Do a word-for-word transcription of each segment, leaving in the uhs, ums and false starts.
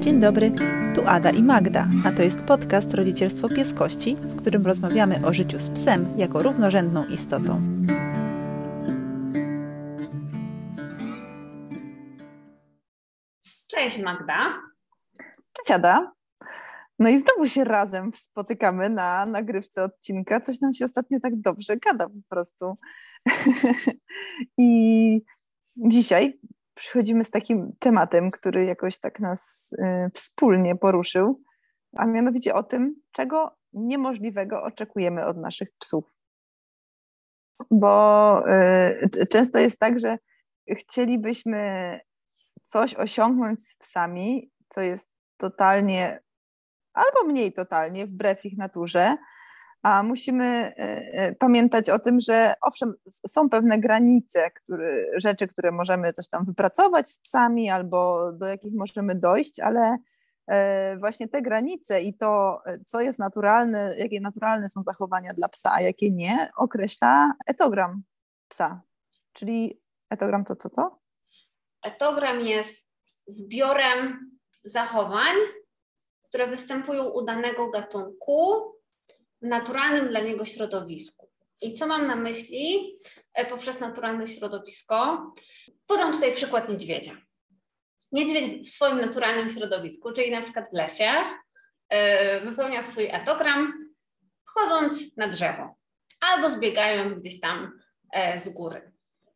Dzień dobry, tu Ada i Magda, a to jest podcast Rodzicielstwo Pieskości, w którym rozmawiamy o życiu z psem jako równorzędną istotą. Cześć Magda. Cześć Ada. No i znowu się razem spotykamy na nagrywce odcinka. Coś nam się ostatnio tak dobrze gada po prostu. I dzisiaj przychodzimy z takim tematem, który jakoś tak nas y, wspólnie poruszył, a mianowicie o tym, czego niemożliwego oczekujemy od naszych psów. Bo y, często jest tak, że chcielibyśmy coś osiągnąć z psami, co jest totalnie albo mniej totalnie wbrew ich naturze, a musimy y, y, pamiętać o tym, że owszem, są pewne granice, które, rzeczy, które możemy coś tam wypracować z psami albo do jakich możemy dojść, ale y, właśnie te granice i to, co jest naturalne, jakie naturalne są zachowania dla psa, a jakie nie, określa etogram psa. Czyli etogram to co to? Etogram jest zbiorem zachowań, które występują u danego gatunku w naturalnym dla niego środowisku. I co mam na myśli poprzez naturalne środowisko? Podam tutaj przykład niedźwiedzia. Niedźwiedź w swoim naturalnym środowisku, czyli na przykład w lesie, wypełnia swój etogram wchodząc na drzewo albo zbiegając gdzieś tam z góry.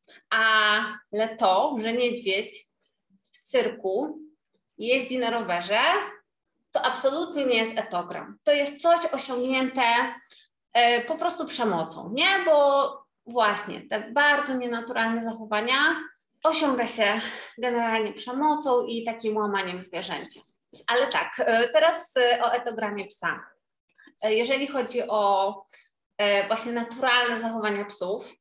Ale to, że niedźwiedź w cyrku jeździ na rowerze, to absolutnie nie jest etogram. To jest coś osiągnięte e, po prostu przemocą, nie? Bo właśnie te bardzo nienaturalne zachowania osiąga się generalnie przemocą i takim łamaniem zwierzęcia. Ale tak, e, teraz e, o etogramie psa. E, jeżeli chodzi o e, właśnie naturalne zachowania psów,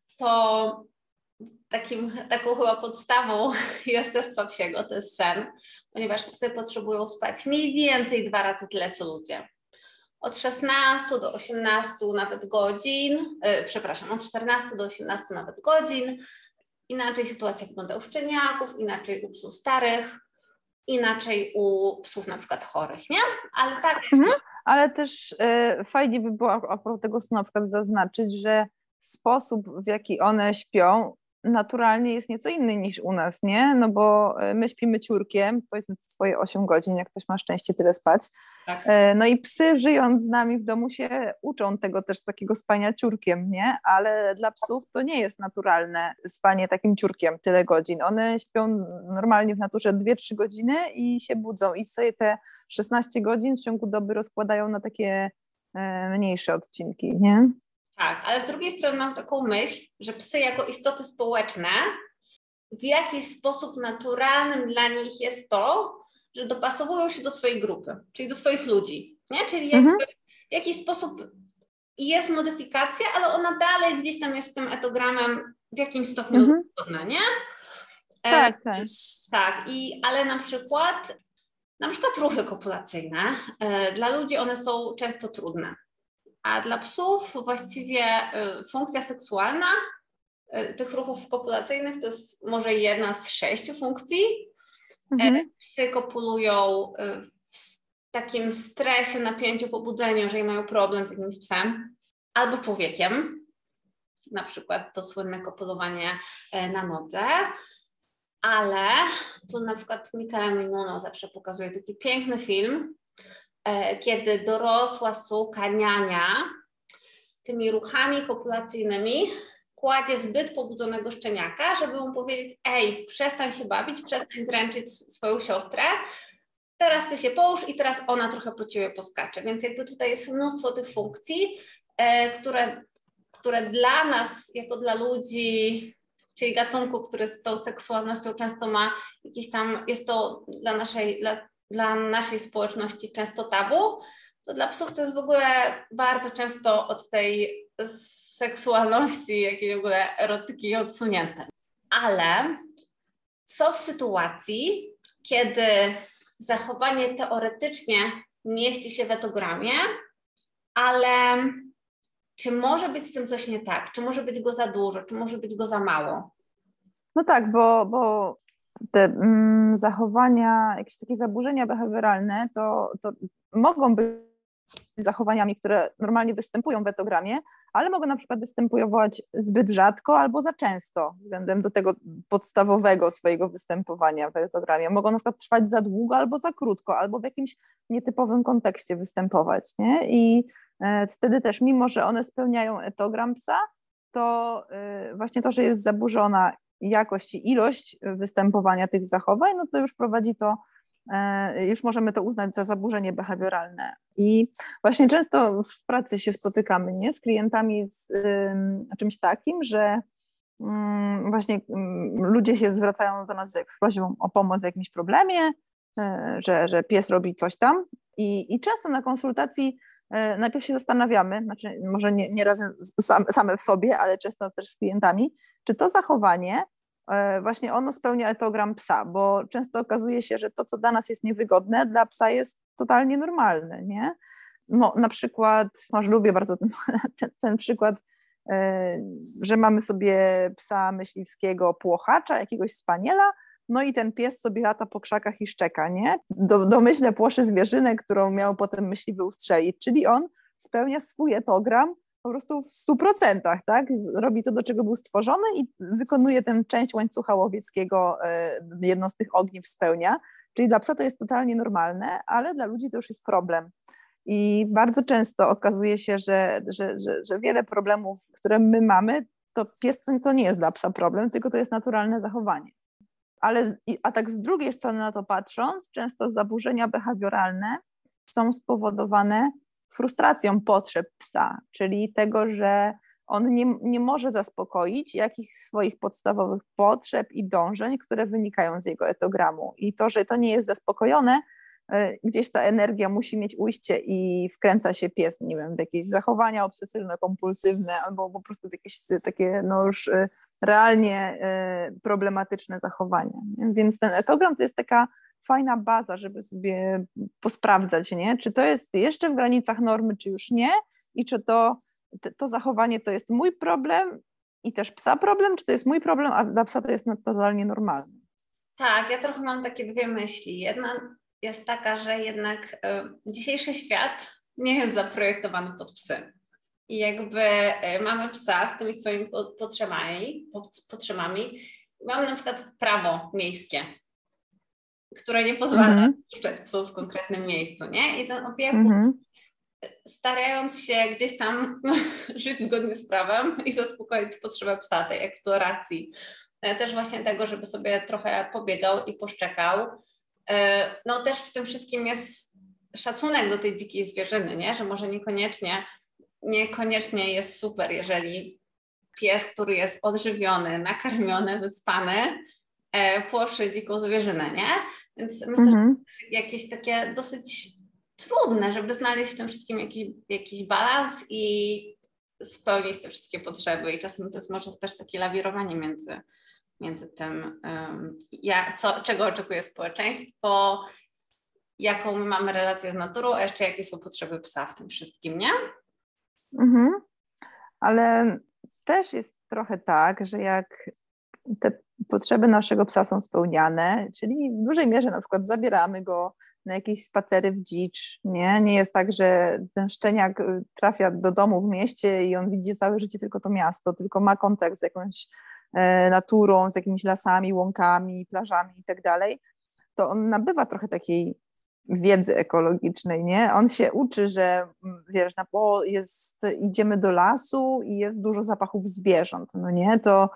to Takim, taką chyba podstawą jestestwa psiego to jest sen, ponieważ psy potrzebują spać mniej więcej dwa razy tyle co ludzie. Od szesnastu do osiemnastu nawet godzin, yy, przepraszam, od czternastu do osiemnastu nawet godzin. Inaczej sytuacja wygląda u szczeniaków, inaczej u psów starych, inaczej u psów na przykład chorych, nie? Ale tak jest. Mhm, ale też y, fajnie by było a propos tego snu na przykład zaznaczyć, że sposób, w jaki one śpią, naturalnie jest nieco inny niż u nas, nie? No bo my śpimy ciurkiem, powiedzmy swoje osiem godzin, jak ktoś ma szczęście tyle spać. Tak. No i psy żyjąc z nami w domu się uczą tego też takiego spania ciurkiem, nie? Ale dla psów to nie jest naturalne spanie takim ciurkiem tyle godzin. One śpią normalnie w naturze dwie trzy godziny i się budzą i sobie te szesnaście godzin w ciągu doby rozkładają na takie mniejsze odcinki, nie? Tak, ale z drugiej strony mam taką myśl, że psy jako istoty społeczne w jakiś sposób naturalnym dla nich jest to, że dopasowują się do swojej grupy, czyli do swoich ludzi, nie? Czyli jakby mhm. w jakiś sposób jest modyfikacja, ale ona dalej gdzieś tam jest z tym etogramem w jakimś stopniu mhm. zgodna, nie? Tak, e, tak. Tak, i, ale na przykład, na przykład ruchy kopulacyjne, e, dla ludzi one są często trudne. A dla psów właściwie funkcja seksualna tych ruchów kopulacyjnych to jest może jedna z sześciu funkcji. Mhm. Psy kopulują w takim stresie, napięciu, pobudzeniu, jeżeli mają problem z jakimś psem albo człowiekiem. Na przykład to słynne kopulowanie na nodze. Ale tu na przykład Michael Mimuno zawsze pokazuje taki piękny film, kiedy dorosła suka niania tymi ruchami kopulacyjnymi kładzie zbyt pobudzonego szczeniaka, żeby mu powiedzieć: ej, przestań się bawić, przestań dręczyć swoją siostrę, teraz ty się połóż i teraz ona trochę po ciebie poskacze. Więc jakby tutaj jest mnóstwo tych funkcji, e, które, które dla nas, jako dla ludzi, czyli gatunku, który z tą seksualnością często ma jakiś tam, jest to dla naszej, dla, dla naszej społeczności często tabu, to dla psów to jest w ogóle bardzo często od tej seksualności, jakiej w ogóle erotyki odsunięte. Ale co w sytuacji, kiedy zachowanie teoretycznie mieści się w etogramie, ale czy może być z tym coś nie tak? Czy może być go za dużo? Czy może być go za mało? No tak, bo, bo te mm, zachowania, jakieś takie zaburzenia behawioralne, to, to mogą być zachowaniami, które normalnie występują w etogramie, ale mogą na przykład występować zbyt rzadko albo za często względem do tego podstawowego swojego występowania w etogramie. Mogą na przykład trwać za długo albo za krótko, albo w jakimś nietypowym kontekście występować, nie? I e, wtedy też, mimo że one spełniają etogram psa, to e, właśnie to, że jest zaburzona jakość i ilość występowania tych zachowań, no to już prowadzi to, już możemy to uznać za zaburzenie behawioralne. I właśnie często w pracy się spotykamy, nie, z klientami z y, czymś takim, że y, właśnie y, ludzie się zwracają do nas z prośbą o pomoc w jakimś problemie, y, że, że pies robi coś tam i, i często na konsultacji y, najpierw się zastanawiamy, znaczy może nie, nie razem sam, same w sobie, ale często też z klientami, czy to zachowanie właśnie ono spełnia etogram psa, bo często okazuje się, że to, co dla nas jest niewygodne, dla psa jest totalnie normalne, nie? No, na przykład, może lubię bardzo ten, ten, ten przykład, że mamy sobie psa myśliwskiego płochacza, jakiegoś spaniela, no i ten pies sobie lata po krzakach i szczeka, nie? Do, domyślnie płoszy zwierzynę, którą miał potem myśliwy ustrzelić, czyli on spełnia swój etogram po prostu w stu procentach, tak? Robi to, do czego był stworzony i wykonuje tę część łańcucha łowieckiego, jedno z tych ogniw spełnia, czyli dla psa to jest totalnie normalne, ale dla ludzi to już jest problem. I bardzo często okazuje się, że, że, że, że wiele problemów, które my mamy, to pies to nie jest dla psa problem, tylko to jest naturalne zachowanie. Ale, a tak z drugiej strony na to patrząc, często zaburzenia behawioralne są spowodowane frustracją potrzeb psa, czyli tego, że on nie, nie może zaspokoić jakichś swoich podstawowych potrzeb i dążeń, które wynikają z jego etogramu. I to, że to nie jest zaspokojone, gdzieś ta energia musi mieć ujście i wkręca się pies, nie wiem, w jakieś zachowania obsesyjno-kompulsywne albo po prostu jakieś takie no już realnie problematyczne zachowania. Więc ten etogram to jest taka fajna baza, żeby sobie posprawdzać, nie? Czy to jest jeszcze w granicach normy, czy już nie i czy to, to zachowanie to jest mój problem i też psa problem, czy to jest mój problem, a dla psa to jest totalnie normalne. Tak, ja trochę mam takie dwie myśli. Jedna jest taka, że jednak y, dzisiejszy świat nie jest zaprojektowany pod psy. I jakby y, mamy psa z tymi swoimi potrzebami, potrzebami. Mamy na przykład prawo miejskie, które nie pozwala mm-hmm. puszczać psów w konkretnym miejscu, nie? I ten opiekun, mm-hmm. starając się gdzieś tam żyć zgodnie z prawem i zaspokoić potrzebę psa, tej eksploracji, też właśnie tego, żeby sobie trochę pobiegał i poszczekał. No też w tym wszystkim jest szacunek do tej dzikiej zwierzyny, nie? Że może niekoniecznie, niekoniecznie jest super, jeżeli pies, który jest odżywiony, nakarmiony, wyspany, płoszy dziką zwierzynę, nie? Więc myślę, mm-hmm. że jakieś takie dosyć trudne, żeby znaleźć w tym wszystkim jakiś, jakiś balans i spełnić te wszystkie potrzeby. I czasem to jest może też takie lawirowanie między, między tym, um, ja, co, czego oczekuje społeczeństwo, jaką my mamy relację z naturą, a jeszcze jakie są potrzeby psa w tym wszystkim, nie? Mhm. Ale też jest trochę tak, że jak te potrzeby naszego psa są spełniane, czyli w dużej mierze na przykład zabieramy go na jakieś spacery w dzicz, nie? Nie jest tak, że ten szczeniak trafia do domu w mieście i on widzi całe życie tylko to miasto, tylko ma kontakt z jakąś e, naturą, z jakimiś lasami, łąkami, plażami i tak dalej, to on nabywa trochę takiej wiedzy ekologicznej, nie? On się uczy, że wiesz, na, o, jest, idziemy do lasu i jest dużo zapachów zwierząt, no nie? To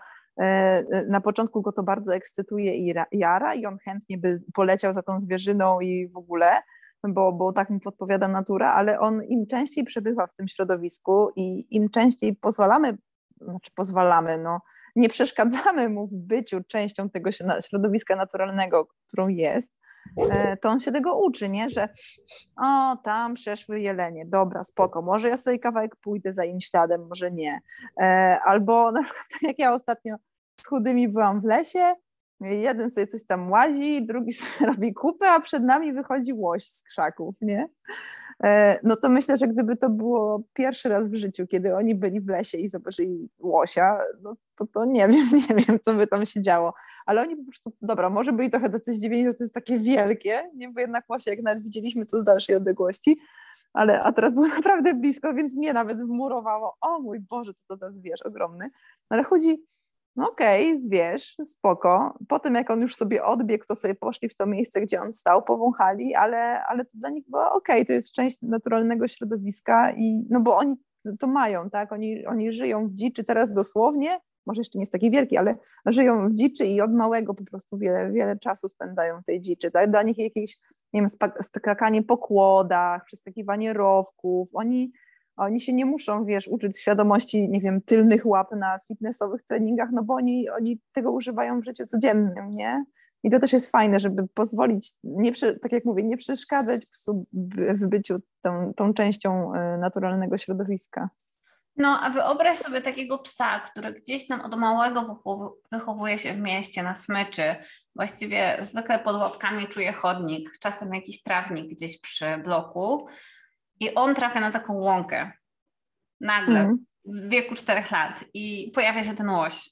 na początku go to bardzo ekscytuje i jara i on chętnie by poleciał za tą zwierzyną i w ogóle, bo, bo tak mu podpowiada natura, ale on im częściej przebywa w tym środowisku i im częściej pozwalamy, znaczy pozwalamy, no nie przeszkadzamy mu w byciu częścią tego środowiska naturalnego, którą jest, to on się tego uczy, nie? Że o, tam przeszły jelenie, dobra, spoko, może ja sobie kawałek pójdę za im śladem, może nie. Albo na przykład jak ja ostatnio z chudymi byłam w lesie, jeden sobie coś tam łazi, drugi sobie robi kupę, a przed nami wychodzi łoś z krzaków, nie? no to myślę, że gdyby to było pierwszy raz w życiu, kiedy oni byli w lesie i zobaczyli łosia, no to, to nie wiem, nie wiem, co by tam się działo. Ale oni po prostu, dobra, może byli trochę tacy zdziwieni, że to jest takie wielkie, nie? Bo jednak łosie, jak nawet widzieliśmy to z dalszej odległości, ale a teraz było naprawdę blisko, więc mnie nawet wmurowało, o mój Boże, to to zwierz ogromny. Ale chodzi, no okej, okay, zwierz, spoko. Potem jak on już sobie odbiegł, to sobie poszli w to miejsce, gdzie on stał, powąchali, ale, ale to dla nich było okej, okay, to jest część naturalnego środowiska i no bo oni to mają, tak, oni, oni żyją w dziczy teraz dosłownie, może jeszcze nie w takiej wielkiej, ale żyją w dziczy i od małego po prostu wiele, wiele czasu spędzają w tej dziczy, tak, dla nich jakieś, nie wiem, skakanie po kłodach, przeskakiwanie rowków, oni Oni się nie muszą, wiesz, uczyć świadomości, nie wiem, tylnych łap na fitnessowych treningach, no bo oni, oni tego używają w życiu codziennym, nie? I to też jest fajne, żeby pozwolić, nie, tak jak mówię, nie przeszkadzać po prostu w byciu tą, tą częścią naturalnego środowiska. No, a wyobraź sobie takiego psa, który gdzieś tam od małego wychowuje się w mieście na smyczy, właściwie zwykle pod łapkami czuje chodnik, czasem jakiś trawnik gdzieś przy bloku, i on trafia na taką łąkę nagle mm. w wieku czterech lat i pojawia się ten łoś.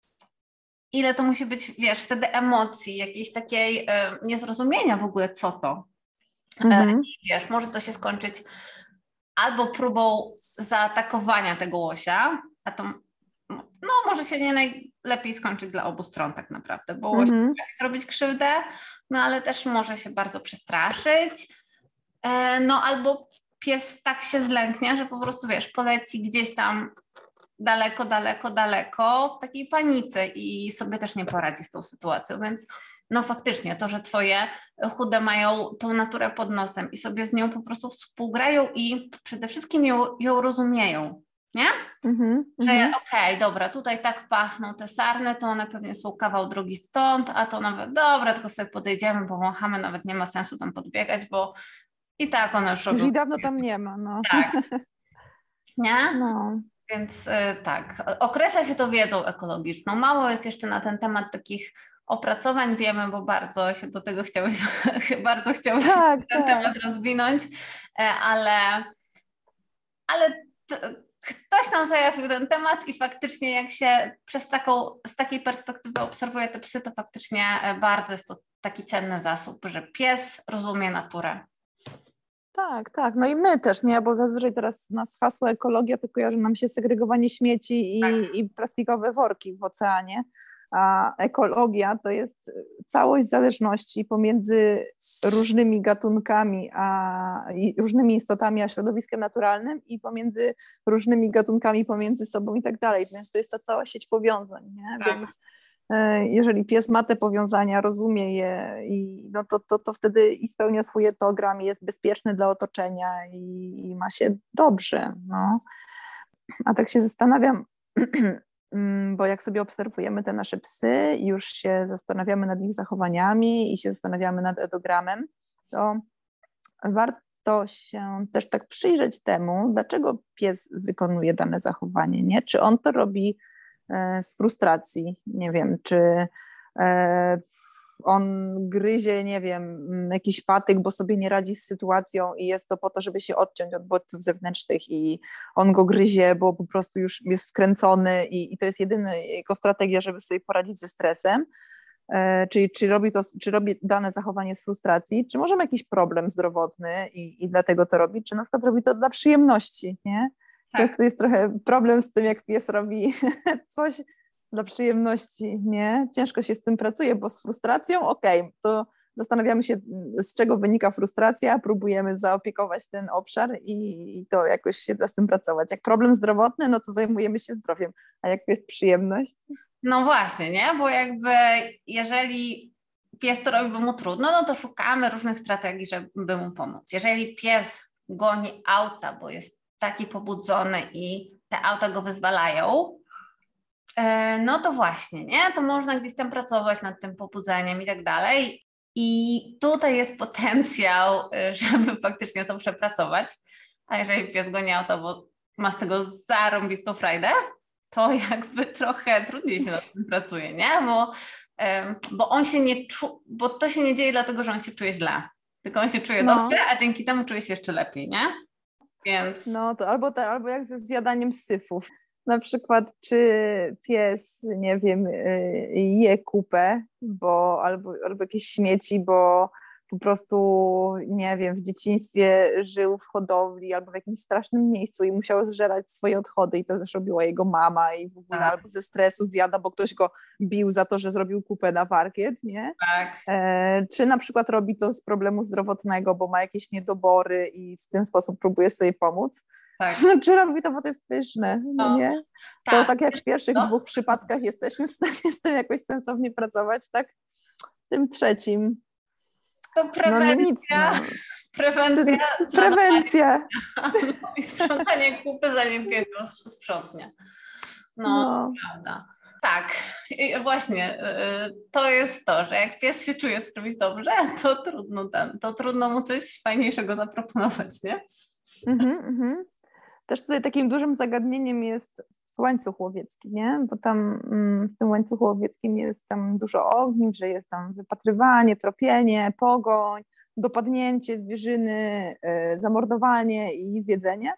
Ile to musi być, wiesz, wtedy emocji, jakiejś takiej e, niezrozumienia w ogóle, co to. Mm-hmm. E, wiesz, może to się skończyć albo próbą zaatakowania tego łosia, a to no, może się nie najlepiej skończyć dla obu stron tak naprawdę, bo łoś mm-hmm. może zrobić krzywdę, no ale też może się bardzo przestraszyć, e, no albo pies tak się zlęknie, że po prostu, wiesz, poleci gdzieś tam daleko, daleko, daleko w takiej panice i sobie też nie poradzi z tą sytuacją, więc no faktycznie to, że twoje chude mają tą naturę pod nosem i sobie z nią po prostu współgrają i przede wszystkim ją, ją rozumieją, nie? Mm-hmm, że mm-hmm. okej, okay, dobra, tutaj tak pachną te sarny, to one pewnie są kawał drogi stąd, a to nawet, dobra, tylko sobie podejdziemy, powąchamy, nawet nie ma sensu tam podbiegać, bo i tak one już robią. Już i dawno tam nie ma, no. Tak. Nie? No. Więc y, tak, określa się to wiedzą ekologiczną. Mało jest jeszcze na ten temat takich opracowań, wiemy, bo bardzo się do tego chciało, bardzo chciało się tak, ten tak. temat rozwinąć, ale, ale t, ktoś nam zajawił ten temat i faktycznie jak się przez taką, z takiej perspektywy obserwuje te psy, to faktycznie bardzo jest to taki cenny zasób, że pies rozumie naturę. Tak, tak. No i my też, nie? Bo zazwyczaj teraz nas hasło ekologia to kojarzy nam się segregowanie śmieci i, tak. i plastikowe worki w oceanie, a ekologia to jest całość zależności pomiędzy różnymi gatunkami a i różnymi istotami a środowiskiem naturalnym i pomiędzy różnymi gatunkami pomiędzy sobą i tak dalej, więc to jest ta cała sieć powiązań, nie? Tak. Więc jeżeli pies ma te powiązania, rozumie je i no to, to, to wtedy i spełnia swój program, jest bezpieczny dla otoczenia i, i ma się dobrze. No. A tak się zastanawiam, bo jak sobie obserwujemy te nasze psy i już się zastanawiamy nad ich zachowaniami i się zastanawiamy nad edogramem, to warto się też tak przyjrzeć temu, dlaczego pies wykonuje dane zachowanie, nie? Czy on to robi z frustracji, nie wiem, czy on gryzie, nie wiem, jakiś patyk, bo sobie nie radzi z sytuacją i jest to po to, żeby się odciąć od bodźców zewnętrznych i on go gryzie, bo po prostu już jest wkręcony i, i to jest jedyna jego strategia, żeby sobie poradzić ze stresem. Czyli czy robi, to, czy robi dane zachowanie z frustracji, czy może ma jakiś problem zdrowotny i, i dlatego to robi, czy na przykład robi to dla przyjemności, nie? Tak. Często jest trochę problem z tym, jak pies robi coś dla przyjemności, nie? Ciężko się z tym pracuje, bo z frustracją, okej, okay, to zastanawiamy się, z czego wynika frustracja, próbujemy zaopiekować ten obszar i, i to jakoś się da z tym pracować. Jak problem zdrowotny, no to zajmujemy się zdrowiem, a jak jest przyjemność? No właśnie, nie? Bo jakby jeżeli pies to robi, bo mu trudno, no to szukamy różnych strategii, żeby mu pomóc. Jeżeli pies goni auta, bo jest taki pobudzony i te auta go wyzwalają, no to właśnie, nie? To można gdzieś tam pracować nad tym pobudzeniem i tak dalej. I tutaj jest potencjał, żeby faktycznie to przepracować. A jeżeli pies goni auto, bo ma z tego zarąbistą frajdę, to jakby trochę trudniej się nad tym pracuje, nie? Bo, bo on się nie czu, bo to się nie dzieje dlatego, że on się czuje źle. tylko on się czuje No. dobrze, a dzięki temu czuje się jeszcze lepiej, nie? Więc... No to albo, te, albo jak ze zjadaniem syfów. Na przykład, czy pies, nie wiem, y, je kupę, bo albo, albo jakieś śmieci, bo po prostu, nie wiem, w dzieciństwie żył w hodowli albo w jakimś strasznym miejscu i musiał zżerać swoje odchody i to też robiła jego mama i w ogóle Tak. albo ze stresu zjada, bo ktoś go bił za to, że zrobił kupę na parkiet, nie? Tak. E, czy na przykład robi to z problemu zdrowotnego, bo ma jakieś niedobory i w ten sposób próbuje sobie pomóc. Tak. Czy robi to, bo to jest pyszne, no, No, nie? To tak. tak jak w pierwszych No. dwóch przypadkach jesteśmy w stanie z tym jakoś sensownie pracować, tak? W tym trzecim. To prewencja, no, nic, no. prewencja, prewencja. No, i sprzątanie kupy, zanim pies go sprzątnie. No, No. to prawda. Tak, i właśnie to jest to, że jak pies się czuje z czymś dobrze, to trudno, ten, to trudno mu coś fajniejszego zaproponować, nie? Mhm, mhm. Też tutaj takim dużym zagadnieniem jest łańcuch łowiecki, nie? Bo tam mm, w tym łańcuchu łowieckim jest tam dużo ogniw, że jest tam wypatrywanie, tropienie, pogoń, dopadnięcie zwierzyny, y, zamordowanie i zjedzenie.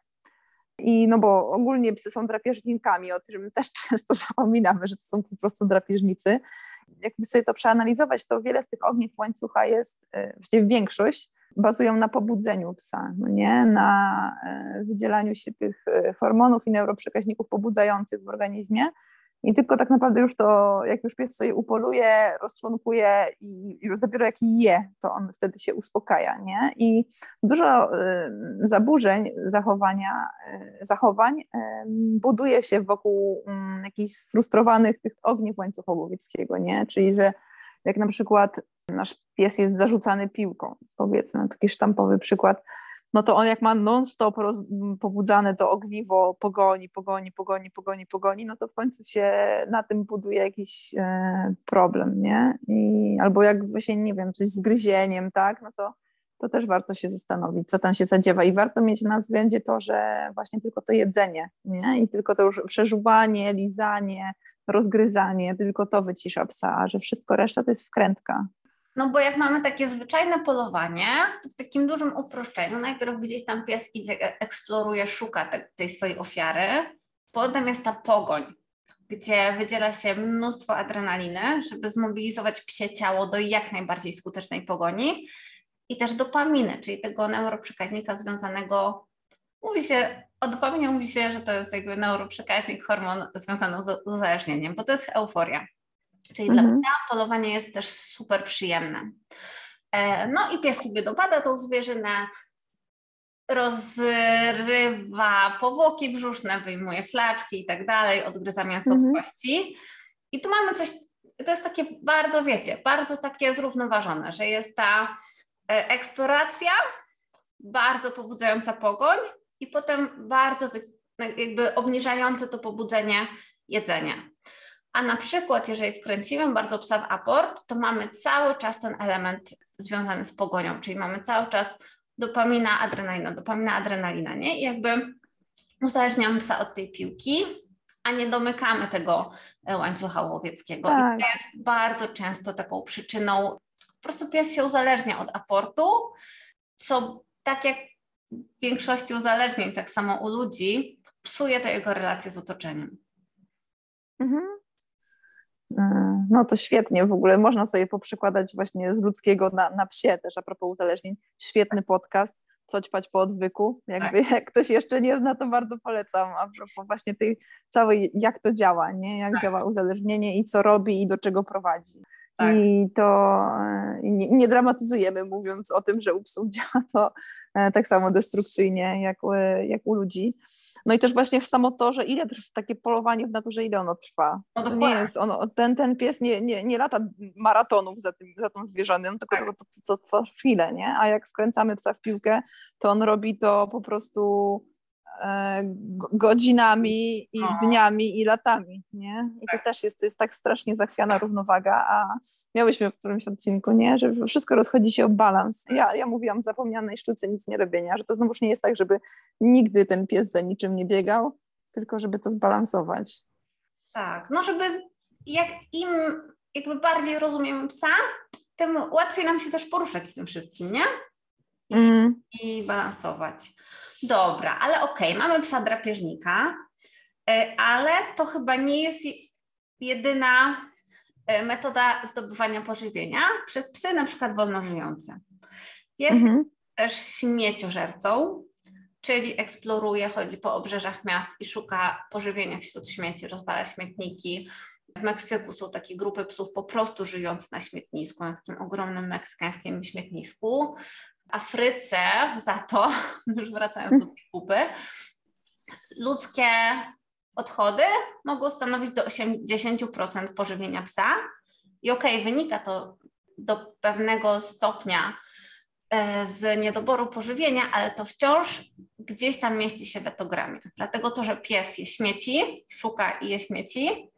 I no bo ogólnie psy są drapieżnikami, o czym też często zapominamy, że to są po prostu drapieżnicy. Jakby sobie to przeanalizować, to wiele z tych ogniw łańcucha jest, właściwie większość, bazują na pobudzeniu psa, no nie? Na wydzielaniu się tych hormonów i neuroprzekaźników pobudzających w organizmie. I tylko tak naprawdę już to, jak już pies sobie upoluje, rozczłonkuje i już dopiero jak je, to on wtedy się uspokaja, nie? I dużo y, zaburzeń zachowania, y, zachowań y, buduje się wokół y, jakichś sfrustrowanych tych ogniw łańcucha łowieckiego, nie? Czyli, że jak na przykład nasz pies jest zarzucany piłką, powiedzmy, taki sztampowy przykład, no to on jak ma non-stop roz, pobudzane to ogniwo pogoni, pogoni, pogoni, pogoni, pogoni, no to w końcu się na tym buduje jakiś e, problem, nie? I, albo jak właśnie, nie wiem, coś z gryzieniem, tak? No to, to też warto się zastanowić, co tam się zadziewa i warto mieć na względzie to, że właśnie tylko to jedzenie, nie? I tylko to już przeżuwanie, lizanie, rozgryzanie, tylko to wycisza psa, a że wszystko reszta to jest wkrętka. No bo jak mamy takie zwyczajne polowanie, to w takim dużym uproszczeniu, najpierw gdzieś tam pies idzie, eksploruje, szuka te, tej swojej ofiary, potem jest ta pogoń, gdzie wydziela się mnóstwo adrenaliny, żeby zmobilizować psie ciało do jak najbardziej skutecznej pogoni i też dopaminy, czyli tego neuroprzekaźnika związanego, mówi się, o dopaminie mówi się, że to jest jakby neuroprzekaźnik, hormon związany z uzależnieniem, bo to jest euforia. Czyli mhm. dla psa polowanie jest też super przyjemne. No i pies sobie dopada tą zwierzynę, rozrywa powłoki brzuszne, wyjmuje flaczki i tak dalej, odgryza mięso od kości. I tu mamy coś, to jest takie bardzo, wiecie, bardzo takie zrównoważone, że jest ta eksploracja, bardzo pobudzająca pogoń i potem bardzo jakby obniżające to pobudzenie jedzenie. A na przykład, jeżeli wkręcimy bardzo psa w aport, to mamy cały czas ten element związany z pogonią, czyli mamy cały czas dopamina, adrenalina, dopamina, adrenalina, nie? I jakby uzależniamy psa od tej piłki, a nie domykamy tego łańcucha łowieckiego. Tak. I to jest bardzo często taką przyczyną, po prostu pies się uzależnia od aportu, co tak jak w większości uzależnień, tak samo u ludzi, psuje to jego relacje z otoczeniem. Mhm. No to świetnie, w ogóle można sobie poprzykładać właśnie z ludzkiego na, na psie też a propos uzależnień. Świetny podcast, co ćpać po odwyku. Jakby tak. Jak ktoś jeszcze nie zna, to bardzo polecam a propos właśnie tej całej, jak to działa, nie? Jak tak. działa uzależnienie i co robi i do czego prowadzi. Tak. I to nie, nie dramatyzujemy mówiąc o tym, że u psów działa to tak samo destrukcyjnie jak, jak u ludzi. No i też właśnie samo to, że ile trwa takie polowanie w naturze, ile ono trwa. No to nie jest ono, ten, ten pies nie, nie, nie lata maratonów za tym, za tym zwierzonym, tylko tak. to, to, to trwa chwilę, nie? A jak wkręcamy psa w piłkę, to on robi to po prostu e, godzinami i no. dniami i latami, nie? I tak. to też jest, to jest tak strasznie zachwiana równowaga, a miałyśmy w którymś odcinku, nie? Że wszystko rozchodzi się o balans. Ja, ja mówiłam w zapomnianej sztuce nic nie robienia, że to znowuż nie jest tak, żeby nigdy ten pies za niczym nie biegał, tylko żeby to zbalansować. Tak, no żeby jak im jakby bardziej rozumiemy psa, tym łatwiej nam się też poruszać w tym wszystkim, nie? i, mm. i balansować. Dobra, ale okej, okay, mamy psa drapieżnika, ale to chyba nie jest jedyna metoda zdobywania pożywienia przez psy na przykład wolnożyjące. Pies Mhm. jest też śmieciożercą, czyli eksploruje, chodzi po obrzeżach miast i szuka pożywienia wśród śmieci, rozwala śmietniki. W Meksyku są takie grupy psów po prostu żyjące na śmietnisku, na takim ogromnym meksykańskim śmietnisku. W Afryce za to, już wracając do tej kupy, ludzkie odchody mogą stanowić do osiemdziesiąt procent pożywienia psa i okej, okay, wynika to do pewnego stopnia z niedoboru pożywienia, ale to wciąż gdzieś tam mieści się w etogramie. Dlatego to, że pies je śmieci, szuka i je śmieci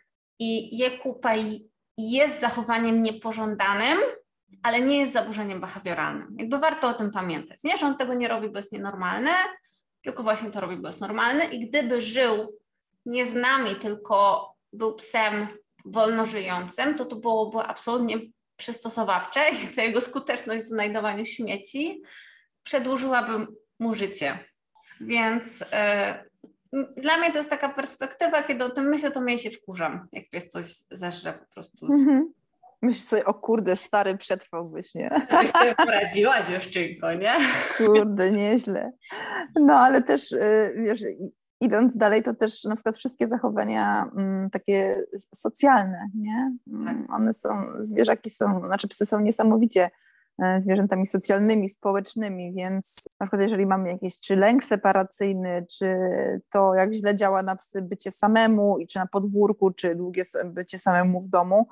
i je kupę i jest zachowaniem niepożądanym, ale nie jest zaburzeniem behawioralnym. Jakby warto o tym pamiętać. Nie, że on tego nie robi, bo jest nienormalny, tylko właśnie to robi, bo jest normalny i gdyby żył nie z nami, tylko był psem wolnożyjącym, to to byłoby absolutnie przystosowawcze i ta jego skuteczność w znajdowaniu śmieci przedłużyłaby mu życie. Więc yy, dla mnie to jest taka perspektywa, kiedy o tym myślę, to mnie się wkurzam, jak pies coś zeżre po prostu. Mhm. Myślisz sobie, o kurde, stary przetrwałbyś, nie? Żebyś sobie poradziła, dziewczynko, nie? Kurde, nieźle. No, ale też, wiesz, idąc dalej, to też na przykład wszystkie zachowania m, takie socjalne, nie? Tak. One są, zwierzaki są, znaczy psy są niesamowicie zwierzętami socjalnymi, społecznymi, więc na przykład jeżeli mamy jakiś czy lęk separacyjny, czy to jak źle działa na psy bycie samemu, i czy na podwórku, czy długie bycie samemu w domu,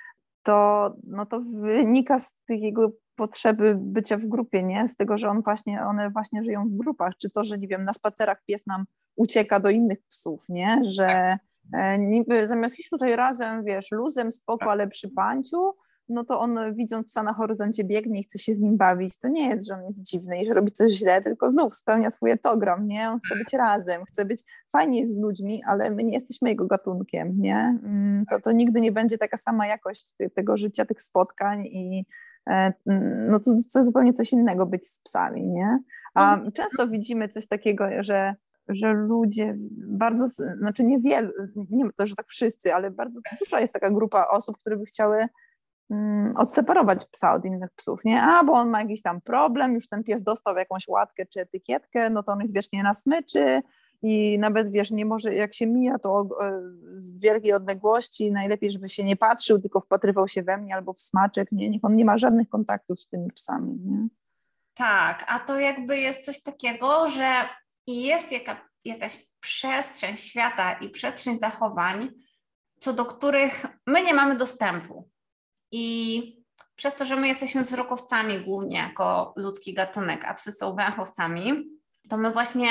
to, no to wynika z tej jego potrzeby bycia w grupie, nie? Z tego, że on właśnie, one właśnie żyją w grupach, czy to, że nie wiem, na spacerach pies nam ucieka do innych psów, nie? Że e, niby zamiast iść tutaj razem, wiesz, luzem, spoko, ale przy panciu, no to on widząc psa na horyzoncie biegnie i chce się z nim bawić. To nie jest, że on jest dziwny i że robi coś źle, tylko znów spełnia swój etogram, nie? On chce być razem, chce być, fajnie jest z ludźmi, ale my nie jesteśmy jego gatunkiem, nie? To, to nigdy nie będzie taka sama jakość tego życia, tych spotkań i no to, to zupełnie coś innego być z psami, nie? A często widzimy coś takiego, że że ludzie bardzo, znaczy niewielu, nie to, że tak wszyscy, ale bardzo duża jest taka grupa osób, które by chciały um, odseparować psa od innych psów, nie? A, bo on ma jakiś tam problem, już ten pies dostał jakąś łatkę czy etykietkę, no to on jest wiecznie na smyczy i nawet, wiesz, nie może, jak się mija, to z wielkiej odległości najlepiej, żeby się nie patrzył, tylko wpatrywał się we mnie albo w smaczek, nie? Niech on nie ma żadnych kontaktów z tymi psami, nie? Tak, a to jakby jest coś takiego, że jest jaka, jakaś przestrzeń świata i przestrzeń zachowań, co do których my nie mamy dostępu. I przez to, że my jesteśmy wzrokowcami głównie jako ludzki gatunek, a psy są węchowcami, to my właśnie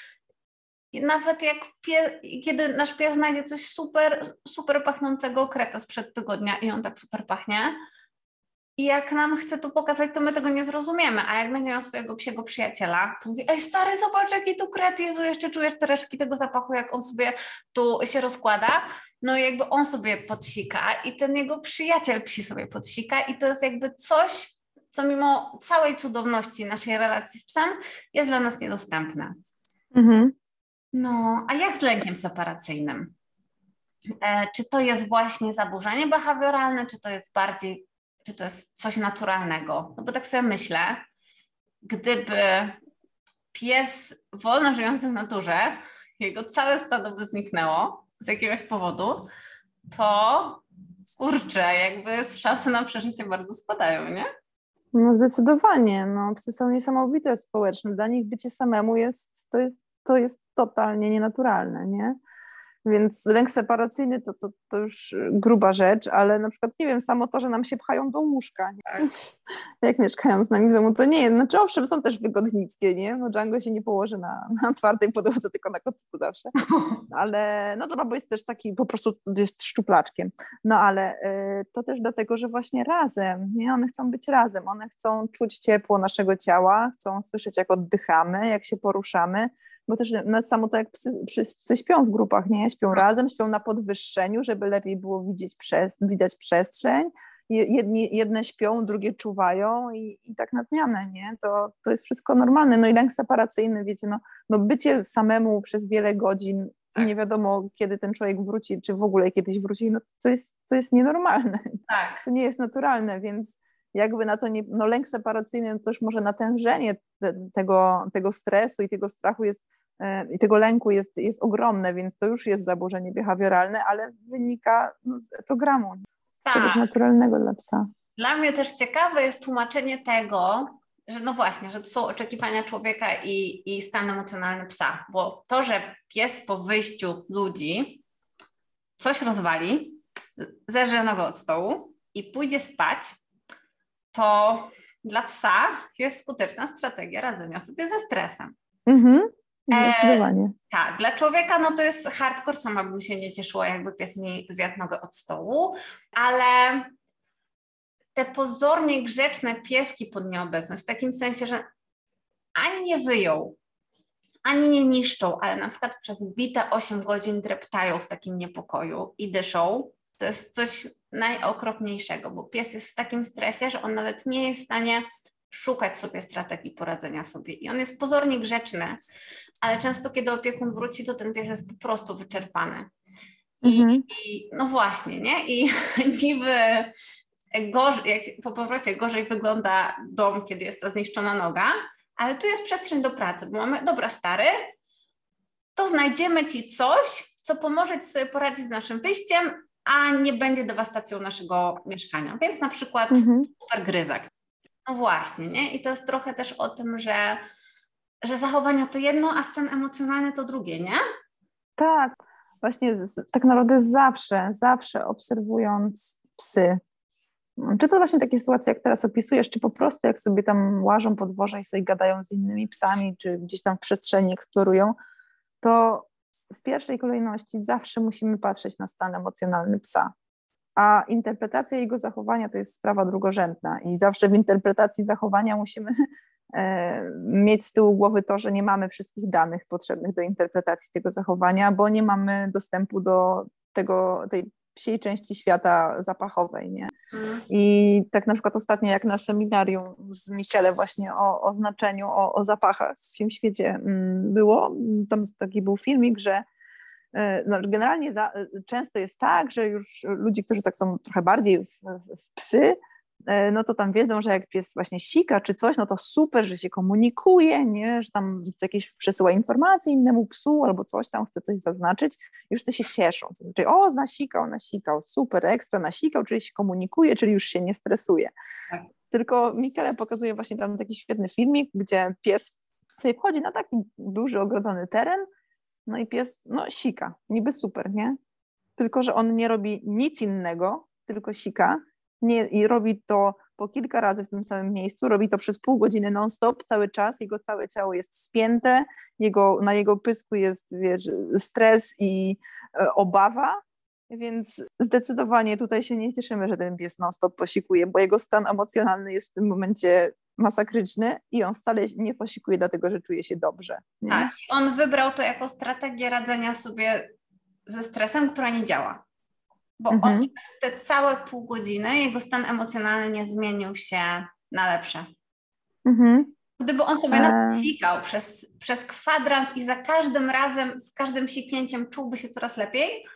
nawet jak pie, kiedy nasz pies znajdzie coś super, super pachnącego kreta sprzed tygodnia i on tak super pachnie, i jak nam chce tu pokazać, to my tego nie zrozumiemy, a jak będzie miał swojego psiego przyjaciela, to mówi, ej stary, zobacz jaki tu kret, Jezu, jeszcze czujesz te resztki tego zapachu, jak on sobie tu się rozkłada, no i jakby on sobie podsika i ten jego przyjaciel psi sobie podsika i to jest jakby coś, co mimo całej cudowności naszej relacji z psem jest dla nas niedostępne. Mhm. No, a jak z lękiem separacyjnym? E, czy to jest właśnie zaburzenie behawioralne, czy to jest bardziej czy to jest coś naturalnego? No bo tak sobie myślę, gdyby pies wolno żyjący w naturze, jego całe stado by zniknęło z jakiegoś powodu, to kurczę, jakby szanse na przeżycie bardzo spadają, nie? No zdecydowanie, no psy są niesamowite społeczne, dla nich bycie samemu jest, to jest, to jest totalnie nienaturalne, nie? Więc lęk separacyjny to, to, to już gruba rzecz, ale na przykład, nie wiem, samo to, że nam się pchają do łóżka, nie? Tak. Jak mieszkają z nami w domu, to nie jest, znaczy owszem, są też wygodnickie, nie? Bo Django się nie położy na, na twardej podłodze, tylko na kocyku zawsze, ale no to bo jest też taki, po prostu jest szczuplaczkiem, no ale y, to też dlatego, że właśnie razem, nie? One chcą być razem, one chcą czuć ciepło naszego ciała, chcą słyszeć, jak oddychamy, jak się poruszamy, bo też no, samo to jak psy, psy, psy śpią w grupach, nie? Śpią razem, śpią na podwyższeniu, żeby lepiej było widzieć przez, widać przestrzeń jedni, jedne śpią, drugie czuwają i, i tak na zmianę, nie? To, to jest wszystko normalne. No i lęk separacyjny, wiecie, no, no bycie samemu przez wiele godzin i nie wiadomo, kiedy ten człowiek wróci, czy w ogóle kiedyś wróci, no to jest, to jest nienormalne. Tak. To nie jest naturalne, więc jakby na to nie, no lęk separacyjny, no to już może natężenie te, tego, tego stresu i tego strachu jest, e, i tego lęku jest, jest ogromne, więc to już jest zaburzenie behawioralne, ale wynika no, z etogramu, z Tak. czegoś naturalnego dla psa. Dla mnie też ciekawe jest tłumaczenie tego, że no właśnie, że to są oczekiwania człowieka i, i stan emocjonalny psa, bo to, że pies po wyjściu ludzi coś rozwali, zerze nogę od stołu i pójdzie spać, to dla psa jest skuteczna strategia radzenia sobie ze stresem. Mhm, zdecydowanie. E, tak, dla człowieka no to jest hardcore, sama bym się nie cieszyła, jakby pies mi zjadł nogę od stołu, ale te pozornie grzeczne pieski pod nieobecność, w takim sensie, że ani nie wyją, ani nie niszczą, ale na przykład przez bite osiem godzin dreptają w takim niepokoju i dyszą, to jest coś najokropniejszego, bo pies jest w takim stresie, że on nawet nie jest w stanie szukać sobie strategii poradzenia sobie i on jest pozornie grzeczny, ale często kiedy opiekun wróci, to ten pies jest po prostu wyczerpany. I, Mhm. i no właśnie, nie? I niby gorzej, jak po powrocie gorzej wygląda dom, kiedy jest ta zniszczona noga, ale tu jest przestrzeń do pracy, bo mamy, dobra stary, to znajdziemy ci coś, co pomoże ci sobie poradzić z naszym wyjściem, a nie będzie dewastacją naszego mieszkania. Więc na przykład Mhm. super gryzak. No właśnie, nie? I to jest trochę też o tym, że, że zachowania to jedno, a stan emocjonalny to drugie, nie? Tak, właśnie z, tak naprawdę zawsze, zawsze obserwując psy, czy to właśnie takie sytuacje, jak teraz opisujesz, czy po prostu jak sobie tam łażą po dworze i sobie gadają z innymi psami, czy gdzieś tam w przestrzeni eksplorują, to w pierwszej kolejności zawsze musimy patrzeć na stan emocjonalny psa. A interpretacja jego zachowania to jest sprawa drugorzędna i zawsze w interpretacji zachowania musimy e, mieć z tyłu głowy to, że nie mamy wszystkich danych potrzebnych do interpretacji tego zachowania, bo nie mamy dostępu do tego, tej psiej części świata zapachowej, nie? Mm. I tak na przykład ostatnio jak na seminarium z Michele właśnie o, o znaczeniu, o, o zapachach w psim świecie było, tam taki był filmik, że no, generalnie za, często jest tak, że już ludzie, którzy tak są trochę bardziej w, w psy, no to tam wiedzą, że jak pies właśnie sika czy coś, no to super, że się komunikuje, nie? Że tam jakieś przesyła informacje innemu psu albo coś tam, chce coś zaznaczyć, już te się cieszą. Czyli o, nasikał, nasikał, super, ekstra nasikał, czyli się komunikuje, czyli już się nie stresuje. Tak. Tylko Michele pokazuje właśnie tam taki świetny filmik, gdzie pies sobie wchodzi na taki duży, ogrodzony teren, no i pies, no sika, niby super, nie? Tylko że on nie robi nic innego, tylko sika nie, i robi to po kilka razy w tym samym miejscu, robi to przez pół godziny non-stop, cały czas, jego całe ciało jest spięte, jego, na jego pysku jest, wiesz, stres i e, obawa, więc zdecydowanie tutaj się nie cieszymy, że ten pies non-stop posikuje, bo jego stan emocjonalny jest w tym momencie masakryczny i on wcale nie posikuje dlatego, że czuje się dobrze. Nie? Tak, on wybrał to jako strategię radzenia sobie ze stresem, która nie działa. Bo Mhm. on przez te całe pół godziny jego stan emocjonalny nie zmienił się na lepsze. Mhm. Gdyby on sobie E... nawet sikał przez, przez kwadrans i za każdym razem, z każdym siknięciem czułby się coraz lepiej,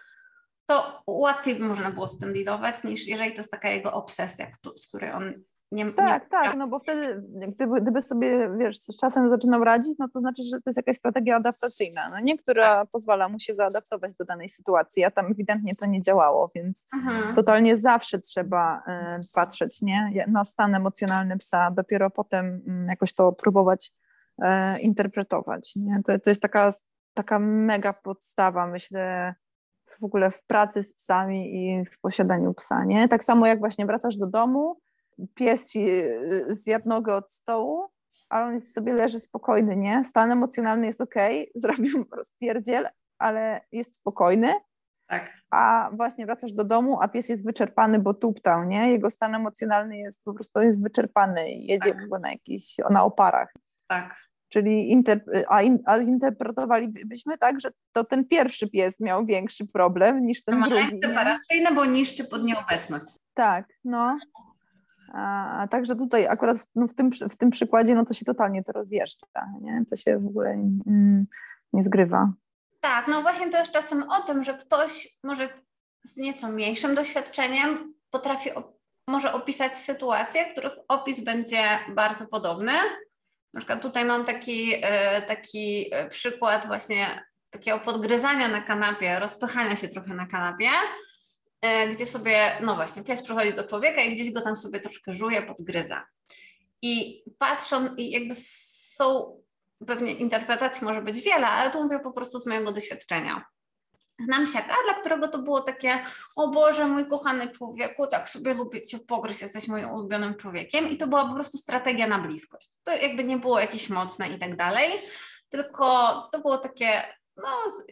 to łatwiej by można było z tym dealować, niż jeżeli to jest taka jego obsesja, z której on nie... Tak, nie... tak, no bo wtedy gdyby, gdyby sobie, wiesz, z czasem zaczynał radzić, no to znaczy, że to jest jakaś strategia adaptacyjna, no nie, która pozwala mu się zaadaptować do danej sytuacji, a tam ewidentnie to nie działało, więc Mhm. totalnie zawsze trzeba y, patrzeć, nie, na stan emocjonalny psa, dopiero potem y, jakoś to próbować y, interpretować, nie, to, to jest taka, taka mega podstawa, myślę, w ogóle w pracy z psami i w posiadaniu psa, nie, tak samo jak właśnie wracasz do domu, pies ci zjadł nogę od stołu, ale on sobie leży spokojny, nie? Stan emocjonalny jest okej, zrobił rozpierdziel, ale jest spokojny, Tak. a właśnie wracasz do domu, a pies jest wyczerpany, bo tuptał, nie? Jego stan emocjonalny jest po prostu jest wyczerpany, jedzie Tak. na jakiś, na oparach. Tak. Czyli inter, a, in, a interpretowalibyśmy tak, że to ten pierwszy pies miał większy problem niż ten drugi. Separacyjne, bo niszczy pod nieobecność. Tak, no. A, a także tutaj akurat no w, tym, w tym przykładzie no to się totalnie to rozjeżdża, nie? To się w ogóle mm, nie zgrywa. Tak, no właśnie to jest czasem o tym, że ktoś może z nieco mniejszym doświadczeniem potrafi, może opisać sytuacje, których opis będzie bardzo podobny. Na przykład tutaj mam taki, taki przykład właśnie takiego podgryzania na kanapie, rozpychania się trochę na kanapie, gdzie sobie, no właśnie, pies przychodzi do człowieka i gdzieś go tam sobie troszkę żuje, podgryza. I patrzą, i jakby są, pewnie interpretacji może być wiele, ale to mówię po prostu z mojego doświadczenia. Znam siaka, dla którego to było takie, o Boże, mój kochany człowieku, tak sobie lubię cię pogryźć, jesteś moim ulubionym człowiekiem, i to była po prostu strategia na bliskość. To jakby nie było jakieś mocne i tak dalej, tylko to było takie, no,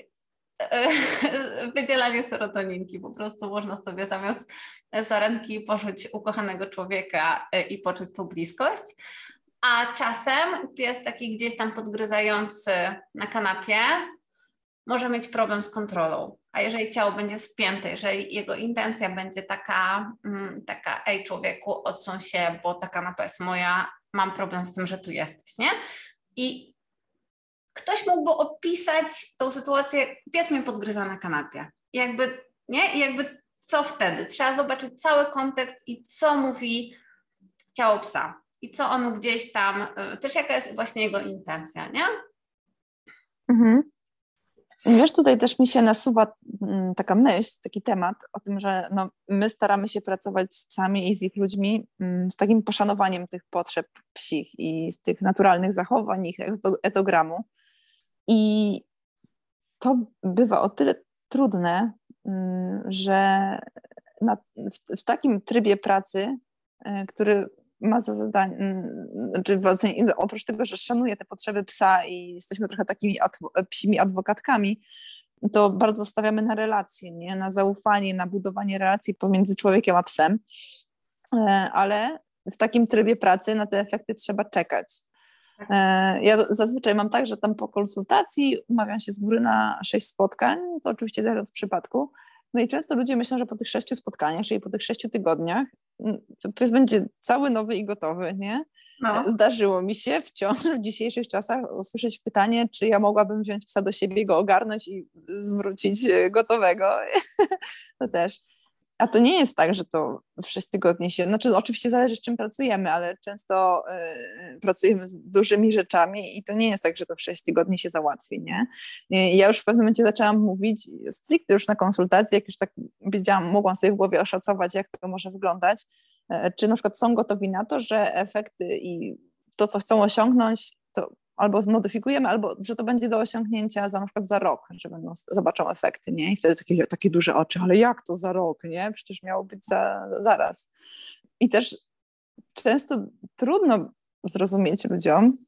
wydzielanie serotoninki, po prostu można sobie zamiast sarenki poczuć ukochanego człowieka i poczuć tą bliskość. A czasem pies taki gdzieś tam podgryzający na kanapie może mieć problem z kontrolą. A jeżeli ciało będzie spięte, jeżeli jego intencja będzie taka, taka ej człowieku, odsuń się, bo ta kanapa jest moja, mam problem z tym, że tu jesteś, nie? I ktoś mógłby opisać tą sytuację, pies mnie podgryza na kanapie. I jakby, nie? I jakby co wtedy? Trzeba zobaczyć cały kontekst i co mówi ciało psa. I co on gdzieś tam, też jaka jest właśnie jego intencja, nie? Mhm. Wiesz, tutaj też mi się nasuwa taka myśl, taki temat o tym, że no, my staramy się pracować z psami i z ich ludźmi z takim poszanowaniem tych potrzeb psich i z tych naturalnych zachowań, ich etogramu. I to bywa o tyle trudne, że na, w, w takim trybie pracy, który ma za zadanie, znaczy oprócz tego, że szanuje te potrzeby psa i jesteśmy trochę takimi adwo- psimi adwokatkami, to bardzo stawiamy na relacje, nie? Na zaufanie, na budowanie relacji pomiędzy człowiekiem a psem, ale w takim trybie pracy na te efekty trzeba czekać. Ja zazwyczaj mam tak, że tam po konsultacji umawiam się z góry na sześć spotkań, to oczywiście zależy od przypadku. No i często ludzie myślą, że po tych sześciu spotkaniach, czyli po tych sześciu tygodniach, pies będzie cały nowy i gotowy, nie? No. Zdarzyło mi się wciąż w dzisiejszych czasach usłyszeć pytanie, czy ja mogłabym wziąć psa do siebie, go ogarnąć i zwrócić gotowego. To też. A to nie jest tak, że to w sześć tygodni się, znaczy oczywiście zależy, z czym pracujemy, ale często y, pracujemy z dużymi rzeczami i to nie jest tak, że to w sześć tygodni się załatwi, nie? I ja już w pewnym momencie zaczęłam mówić stricte już na konsultacji, jak już tak wiedziałam, mogłam sobie w głowie oszacować, jak to może wyglądać, y, czy na przykład są gotowi na to, że efekty i to, co chcą osiągnąć, to albo zmodyfikujemy, albo że to będzie do osiągnięcia za na przykład za rok, że będą, zobaczą efekty, nie? I wtedy takie, takie duże oczy, ale jak to za rok, nie? Przecież miało być za, zaraz. I też często trudno zrozumieć ludziom,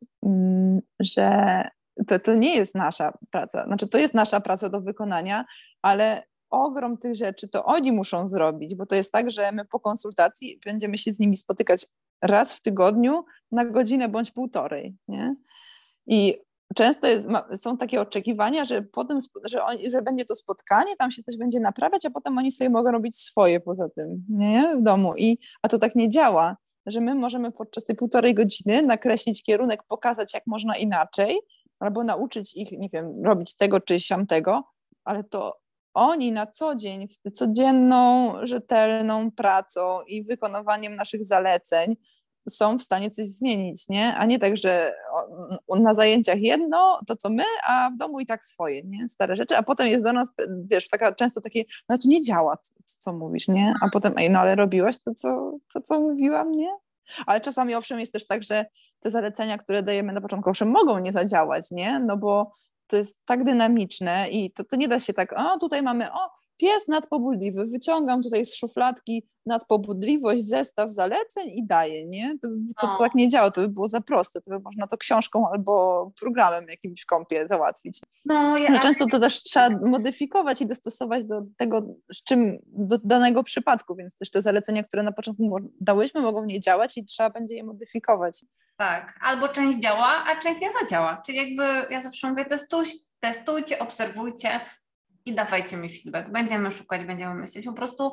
że to, to nie jest nasza praca, znaczy to jest nasza praca do wykonania, ale ogrom tych rzeczy to oni muszą zrobić, bo to jest tak, że my po konsultacji będziemy się z nimi spotykać raz w tygodniu na godzinę bądź półtorej, nie? I często jest, są takie oczekiwania, że potem, że, on, że będzie to spotkanie, tam się coś będzie naprawiać, a potem oni sobie mogą robić swoje poza tym, nie? W domu. I, a to tak nie działa, że my możemy podczas tej półtorej godziny nakreślić kierunek, pokazać, jak można inaczej, albo nauczyć ich, nie wiem, robić tego czy siamtego, ale to oni na co dzień, codzienną, rzetelną pracą i wykonywaniem naszych zaleceń są w stanie coś zmienić, nie? A nie tak, że na zajęciach jedno, to co my, a w domu i tak swoje, nie? Stare rzeczy, a potem jest do nas, wiesz, taka, często takie, no to nie działa, co, co mówisz, nie? A potem, ej, no ale robiłaś to, co, to, co mówiłam, nie? Ale czasami owszem jest też tak, że te zalecenia, które dajemy na początku, owszem mogą nie zadziałać, nie? No bo to jest tak dynamiczne i to, to nie da się tak, o tutaj mamy, o pies nadpobudliwy, wyciągam tutaj z szufladki nadpobudliwość, zestaw zaleceń i daję, nie? To, to, to tak nie działa, to by było za proste, to by można to książką albo programem jakimś w kompie załatwić. No, ja, Często to też trzeba modyfikować i dostosować do tego, z czym do danego przypadku, więc też te zalecenia, które na początku dałyśmy, mogą nie działać i trzeba będzie je modyfikować. Tak, albo część działa, a część nie zadziała. Czyli jakby ja zawsze mówię, testuj, testujcie, obserwujcie i dawajcie mi feedback. Będziemy szukać, będziemy myśleć. Po prostu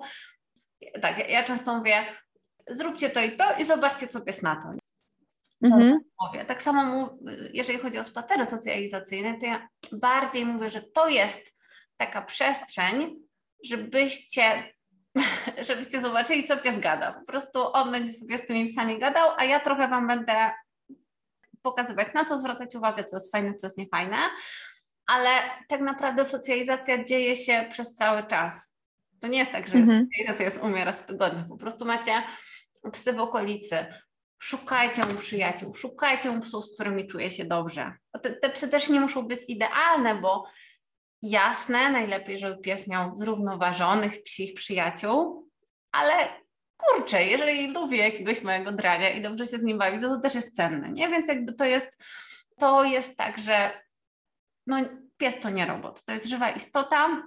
tak, ja, ja często mówię, zróbcie to i to i zobaczcie, co pies na to. Co mhm. mówię. Tak samo mów, jeżeli chodzi o spacery socjalizacyjne, to ja bardziej mówię, że to jest taka przestrzeń, żebyście żebyście zobaczyli, co pies gada. Po prostu on będzie sobie z tymi psami gadał, a ja trochę wam będę pokazywać, na co zwracać uwagę, co jest fajne, co jest niefajne, ale tak naprawdę socjalizacja dzieje się przez cały czas. To nie jest tak, że mhm. socjalizacja jest umie raz w tygodniu. Po prostu macie psy w okolicy. Szukajcie mu przyjaciół, szukajcie mu psów, z którymi czuje się dobrze. Te, te psy też nie muszą być idealne, bo jasne, najlepiej, żeby pies miał zrównoważonych psich przyjaciół, ale kurczę, jeżeli lubi jakiegoś małego drania i dobrze się z nim bawi, to to też jest cenne, nie? Więc jakby to jest, to jest tak, że no, pies to nie robot, to jest żywa istota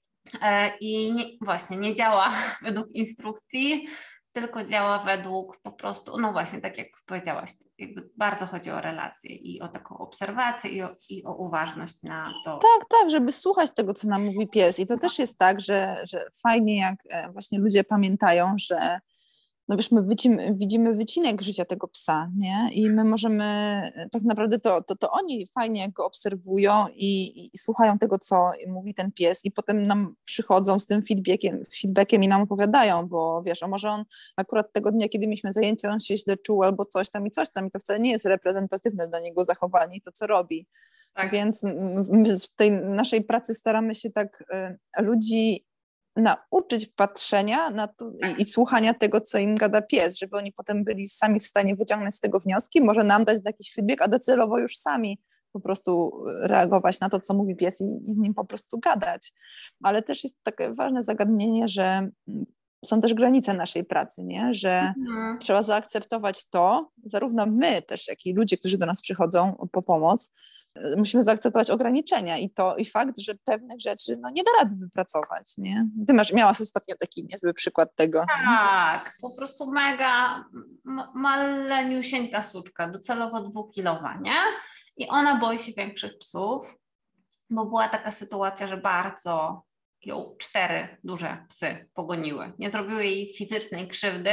e, i nie, właśnie nie działa według instrukcji, tylko działa według po prostu, no właśnie, tak jak powiedziałaś, jakby bardzo chodzi o relacje i o taką obserwację i o, i o uważność na to. Tak, tak, żeby słuchać tego, co nam mówi pies. I to też jest tak, że, że fajnie, jak właśnie ludzie pamiętają, że no wiesz, my widzimy, widzimy wycinek życia tego psa, nie? I my możemy, tak naprawdę to, to, to oni fajnie jak go obserwują i, i, i słuchają tego, co mówi ten pies i potem nam przychodzą z tym feedbackiem, feedbackiem i nam opowiadają, bo wiesz, a może on akurat tego dnia, kiedy mieliśmy zajęcie, on się źle czuł albo coś tam i coś tam i to wcale nie jest reprezentatywne dla niego zachowanie i to, co robi. Tak. Więc my w tej naszej pracy staramy się tak y, ludzi nauczyć patrzenia na to i, i słuchania tego, co im gada pies, żeby oni potem byli sami w stanie wyciągnąć z tego wnioski, może nam dać jakiś feedback, a docelowo już sami po prostu reagować na to, co mówi pies i, i z nim po prostu gadać. Ale też jest takie ważne zagadnienie, że są też granice naszej pracy, nie? Że mhm. trzeba zaakceptować to, zarówno my też, jak i ludzie, którzy do nas przychodzą po pomoc, musimy zaakceptować ograniczenia i to i fakt, że pewnych rzeczy no, nie da rady wypracować, nie? Ty masz, miałaś ostatnio taki niezły przykład tego. Tak, po prostu mega ma, maleniusieńka suczka, docelowo dwukilowa, nie? I ona boi się większych psów, bo była taka sytuacja, że bardzo ją cztery duże psy pogoniły. Nie zrobiły jej fizycznej krzywdy,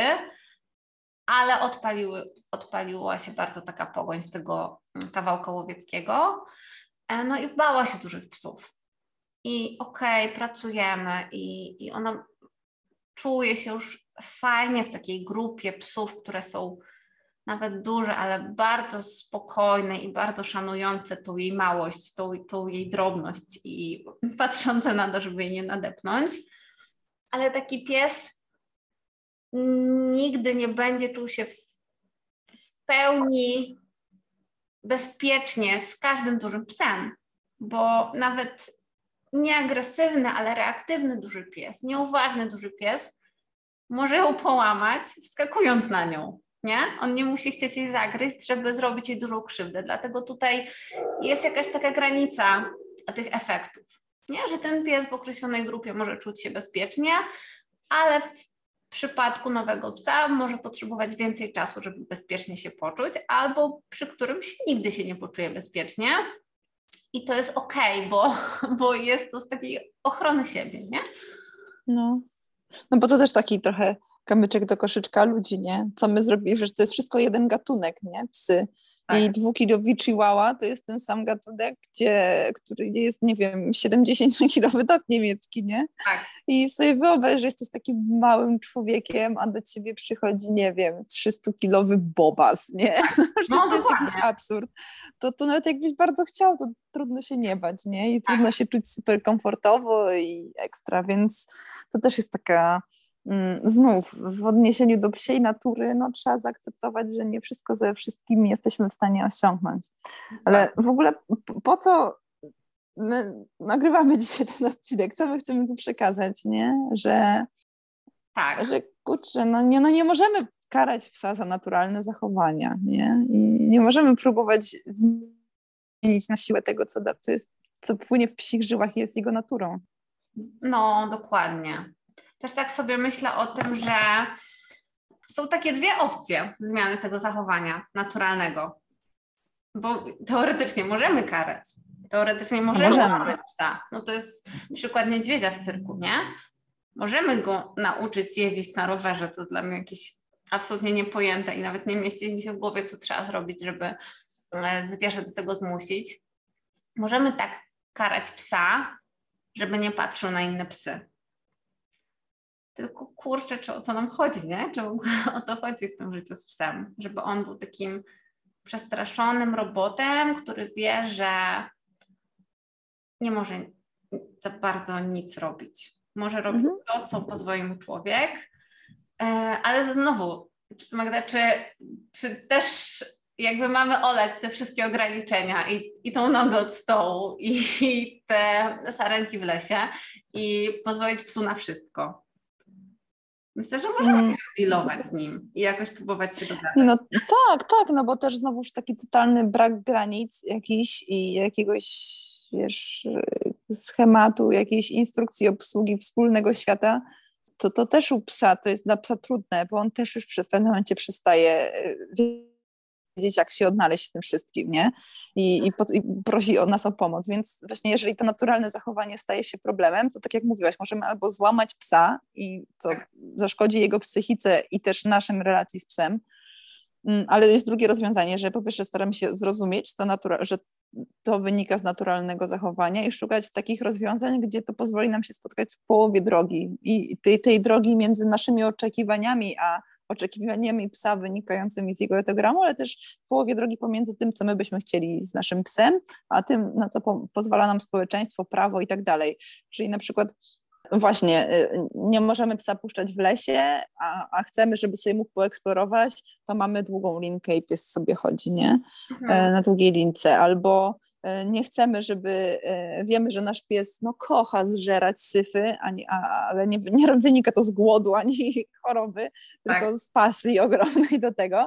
ale odpaliły, odpaliła się bardzo taka pogoń z tego kawałka łowieckiego. No i bała się dużych psów. I okej, okay, pracujemy i, i ona czuje się już fajnie w takiej grupie psów, które są nawet duże, ale bardzo spokojne i bardzo szanujące tą jej małość, tą, tą jej drobność i patrzące na to, żeby jej nie nadepnąć. Ale taki pies nigdy nie będzie czuł się w, w pełni bezpiecznie z każdym dużym psem, bo nawet nieagresywny, ale reaktywny duży pies, nieuważny duży pies może ją połamać, wskakując na nią, nie? On nie musi chcieć jej zagryźć, żeby zrobić jej dużą krzywdę, dlatego tutaj jest jakaś taka granica tych efektów, nie? Że ten pies w określonej grupie może czuć się bezpiecznie, ale w W przypadku nowego psa może potrzebować więcej czasu, żeby bezpiecznie się poczuć, albo przy którymś nigdy się nie poczuje bezpiecznie i to jest okej, okay, bo, bo jest to z takiej ochrony siebie, nie? No. No bo to też taki trochę kamyczek do koszyczka ludzi, nie? Co my zrobimy, że to jest wszystko jeden gatunek, nie? Psy. Tak. I dwukilowy chihuahua to jest ten sam gatunek, gdzie, który jest, nie wiem, siedemdziesięciokilowy dog niemiecki, nie? Tak. I sobie wyobraź, że jesteś takim małym człowiekiem, a do ciebie przychodzi, nie wiem, trzystukilowy bobas, nie? Tak. No, to jest jakiś absurd. To, to nawet jakbyś bardzo chciał, to trudno się nie bać, nie? I trudno tak. się czuć super komfortowo i ekstra, więc to też jest taka... Znów w odniesieniu do psiej natury no, trzeba zaakceptować, że nie wszystko ze wszystkimi jesteśmy w stanie osiągnąć. Ale w ogóle po co my nagrywamy dzisiaj ten odcinek, co my chcemy tu przekazać, nie? Że, tak. że kurczę, no nie, no nie możemy karać psa za naturalne zachowania, nie? I nie możemy próbować zmienić na siłę tego, co, da, co, jest, co płynie w psich żyłach i jest jego naturą. No, dokładnie. Też tak sobie myślę o tym, że są takie dwie opcje zmiany tego zachowania naturalnego. Bo teoretycznie możemy karać. Teoretycznie możemy karać psa. No to jest przykład niedźwiedzia w cyrku, nie? Możemy go nauczyć jeździć na rowerze, co jest dla mnie jakieś absolutnie niepojęte i nawet nie mieści mi się w głowie, co trzeba zrobić, żeby zwierzę do tego zmusić. Możemy tak karać psa, żeby nie patrzył na inne psy. Tylko kurczę, czy o to nam chodzi, nie? Czy w ogóle o to chodzi w tym życiu z psem? Żeby on był takim przestraszonym robotem, który wie, że nie może za bardzo nic robić. Może robić Mhm. to, co pozwoli mu człowiek, ale znowu, Magda, czy, czy też jakby mamy olać te wszystkie ograniczenia i, i tą nogę od stołu i, i te sarenki w lesie i pozwolić psu na wszystko? Myślę, że możemy mm. dealować z nim i jakoś próbować się dogadać. No tak, tak, no bo też znowuż taki totalny brak granic jakiś i jakiegoś, wiesz, schematu, jakiejś instrukcji obsługi wspólnego świata, to to też u psa, to jest dla psa trudne, bo on też już w pewnym momencie przestaje wiedzieć, jak się odnaleźć w tym wszystkim, nie? I, i, po, i prosi od nas o pomoc, więc właśnie jeżeli to naturalne zachowanie staje się problemem, to tak jak mówiłaś, możemy albo złamać psa i to zaszkodzi jego psychice i też naszym relacji z psem, ale jest drugie rozwiązanie, że po pierwsze staramy się zrozumieć, to natura- że to wynika z naturalnego zachowania i szukać takich rozwiązań, gdzie to pozwoli nam się spotkać w połowie drogi i tej, tej drogi między naszymi oczekiwaniami a oczekiwaniami psa wynikającymi z jego etogramu, ale też w połowie drogi pomiędzy tym, co my byśmy chcieli z naszym psem, a tym, na co po, pozwala nam społeczeństwo, prawo i tak dalej. Czyli na przykład właśnie nie możemy psa puszczać w lesie, a, a chcemy, żeby sobie mógł poeksplorować, to mamy długą linkę i pies sobie chodzi, nie? Mhm. Na długiej lince. Albo nie chcemy, żeby, wiemy, że nasz pies no, kocha zżerać syfy, ani, a, ale nie, nie wynika to z głodu ani choroby, tak. Tylko z pasji ogromnej do tego,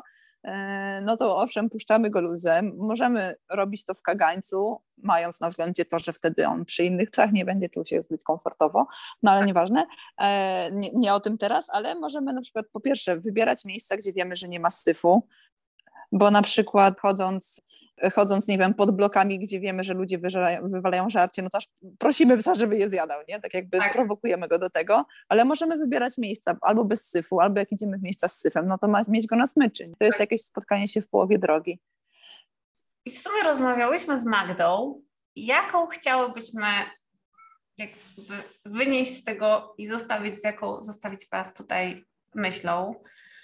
no to owszem, puszczamy go luzem. Możemy robić to w kagańcu, mając na względzie to, że wtedy on przy innych psach nie będzie czuł się zbyt komfortowo, no ale nieważne, nie, nie o tym teraz, ale możemy na przykład po pierwsze wybierać miejsca, gdzie wiemy, że nie ma syfu, bo na przykład chodząc, chodząc, nie wiem, pod blokami, gdzie wiemy, że ludzie wyżalają, wywalają żarcie, no to aż prosimy psa, żeby je zjadał, nie? Tak jakby tak. Prowokujemy go do tego, ale możemy wybierać miejsca albo bez syfu, albo jak idziemy w miejsca z syfem, no to ma, mieć go na smyczy. To jest jakieś spotkanie się w połowie drogi. I w sumie rozmawiałyśmy z Magdą, jaką chciałybyśmy jakby wynieść z tego i zostawić, z jaką zostawić Was tutaj myślą.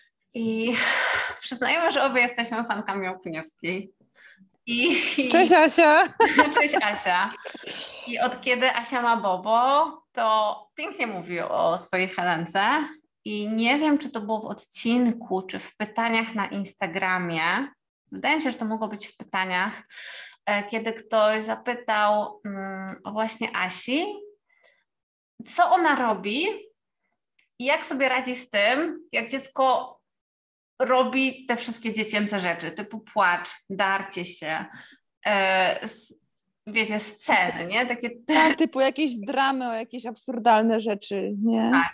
I przyznajemy, że obie jesteśmy fankami Okuniewskiej. I, Cześć Asia! Cześć Asia. I od kiedy Asia ma Bobo, to pięknie mówi o swojej Helence. I nie wiem, czy to było w odcinku, czy w pytaniach na Instagramie. Wydaje mi się, że to mogło być w pytaniach, kiedy ktoś zapytał um, o właśnie Asi, co ona robi i jak sobie radzi z tym, jak dziecko robi te wszystkie dziecięce rzeczy, typu płacz, darcie się, e, wiecie, sceny, nie? Takie... Tak, typu jakieś dramy o jakieś absurdalne rzeczy, nie? Tak.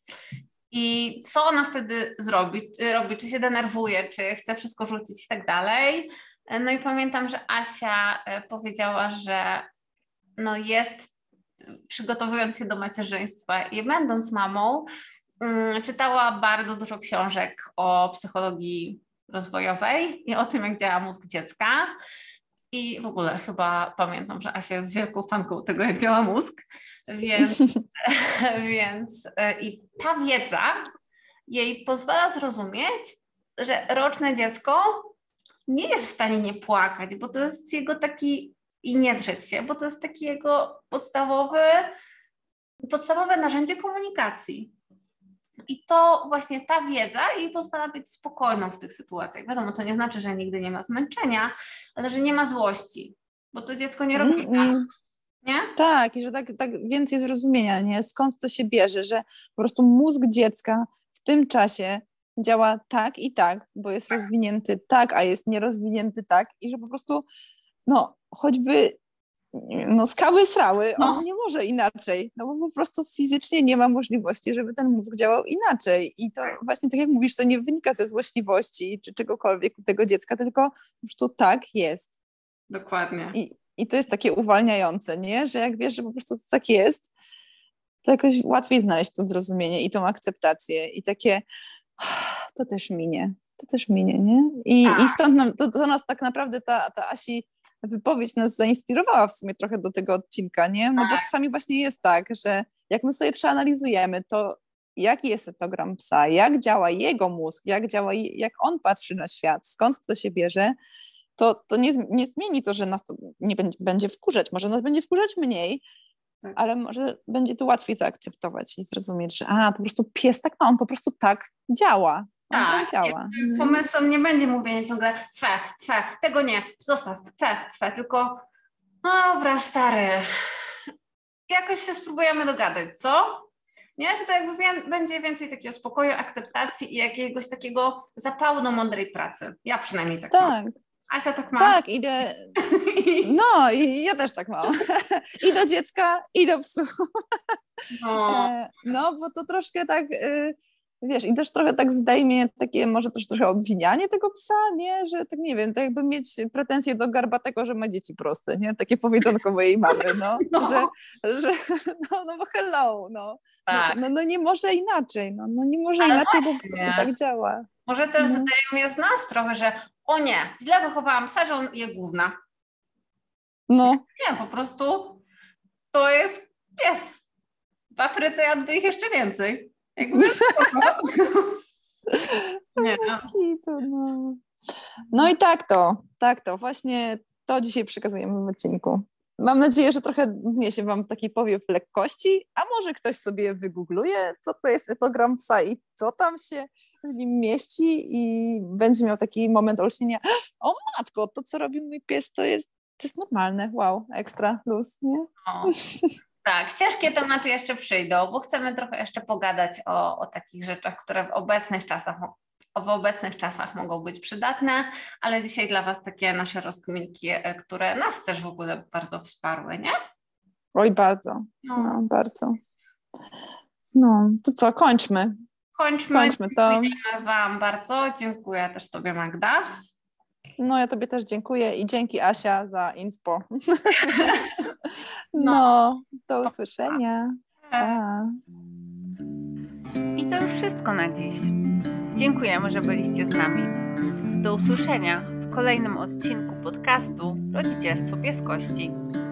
I co ona wtedy zrobi? Robi, czy się denerwuje, czy chce wszystko rzucić i tak dalej. No i pamiętam, że Asia powiedziała, że no jest, przygotowując się do macierzyństwa i będąc mamą, czytała bardzo dużo książek o psychologii rozwojowej i o tym, jak działa mózg dziecka. I w ogóle chyba pamiętam, że Asia jest wielką fanką tego, jak działa mózg. Więc, więc i ta wiedza jej pozwala zrozumieć, że roczne dziecko nie jest w stanie nie płakać, bo to jest jego taki, i nie drzeć się, bo to jest taki jego podstawowy, podstawowe narzędzie komunikacji. I to właśnie ta wiedza jej pozwala być spokojną w tych sytuacjach. Wiadomo, to nie znaczy, że nigdy nie ma zmęczenia, ale że nie ma złości, bo to dziecko nie robi mm, Nie? Tak, i że tak, tak więcej zrozumienia, nie? Skąd to się bierze, że po prostu mózg dziecka w tym czasie działa tak i tak, bo jest rozwinięty tak, a jest nierozwinięty tak i że po prostu, no, choćby no, skały srały, No. on nie może inaczej, no bo po prostu fizycznie nie ma możliwości, żeby ten mózg działał inaczej i to właśnie tak jak mówisz, to nie wynika ze złośliwości czy czegokolwiek u tego dziecka, tylko po prostu tak jest. Dokładnie. I, I to jest takie uwalniające, nie? Że jak wiesz, że po prostu to tak jest, to jakoś łatwiej znaleźć to zrozumienie i tą akceptację i takie to też minie, to też minie, nie? I, i stąd nam, to, to nas tak naprawdę ta, ta Asi wypowiedź nas zainspirowała w sumie trochę do tego odcinka, nie? No bo z psami właśnie jest tak, że jak my sobie przeanalizujemy to, jaki jest etogram psa, jak działa jego mózg, jak działa, jak on patrzy na świat, skąd to się bierze, to, to nie, nie zmieni to, że nas to nie będzie, będzie wkurzać. Może nas będzie wkurzać mniej, tak. Ale może będzie to łatwiej zaakceptować i zrozumieć, że a, po prostu pies tak ma, on po prostu tak działa. On tak, tak działa. Pomysłem nie będzie mówienie ciągle fe, fe, tego nie, zostaw, fe, fe, tylko no dobra, stary, jakoś się spróbujemy dogadać, co? Nie, że to jakby wie, będzie więcej takiego spokoju, akceptacji i jakiegoś takiego zapału do mądrej pracy. Ja przynajmniej tak, tak. mam. Asia tak ma. Tak, idę. No i ja też tak mam. I do dziecka, i do psów. No, no bo to troszkę tak, wiesz, i też trochę tak zdejmie takie, może też trochę obwinianie tego psa, nie? Że tak nie wiem, tak jakby mieć pretensje do garbatego, że ma dzieci proste, nie? Takie powiedzonko mojej mamy, no. No. Że, że no, no bo hello, no. Tak. No, no nie może inaczej, no, no nie może Ale inaczej, właśnie. Bo po prostu tak działa. Może też mhm. zdejmie z nas trochę, że o nie, źle wychowałam psa, że on je gówna. No. Nie, po prostu to jest pies. W Afryce jadłby ich jeszcze więcej. Jakby nie. No. no i tak to, tak to. Właśnie to dzisiaj przekazujemy w odcinku. Mam nadzieję, że trochę wniesie wam taki powiew lekkości, a może ktoś sobie wygoogluje, co to jest etogram psa i co tam się w nim mieści i będzie miał taki moment olśnienia. O matko, to co robi mój pies, to jest, to jest normalne. Wow, ekstra, luz, nie? O, tak, ciężkie tematy jeszcze przyjdą, bo chcemy trochę jeszcze pogadać o, o takich rzeczach, które w obecnych czasach w obecnych czasach mogą być przydatne, ale dzisiaj dla was takie nasze rozkminki, które nas też w ogóle bardzo wsparły, nie? Oj, bardzo, no, no bardzo. No, to co, kończmy. Kończmy, kończmy to. Dziękujemy wam bardzo, dziękuję też tobie, Magda. No, ja tobie też dziękuję i dzięki, Asia, za inspo. No, no, do usłyszenia. Pa. I to już wszystko na dziś. Dziękujemy, że byliście z nami. Do usłyszenia w kolejnym odcinku podcastu Rodzicielstwo Pieskości.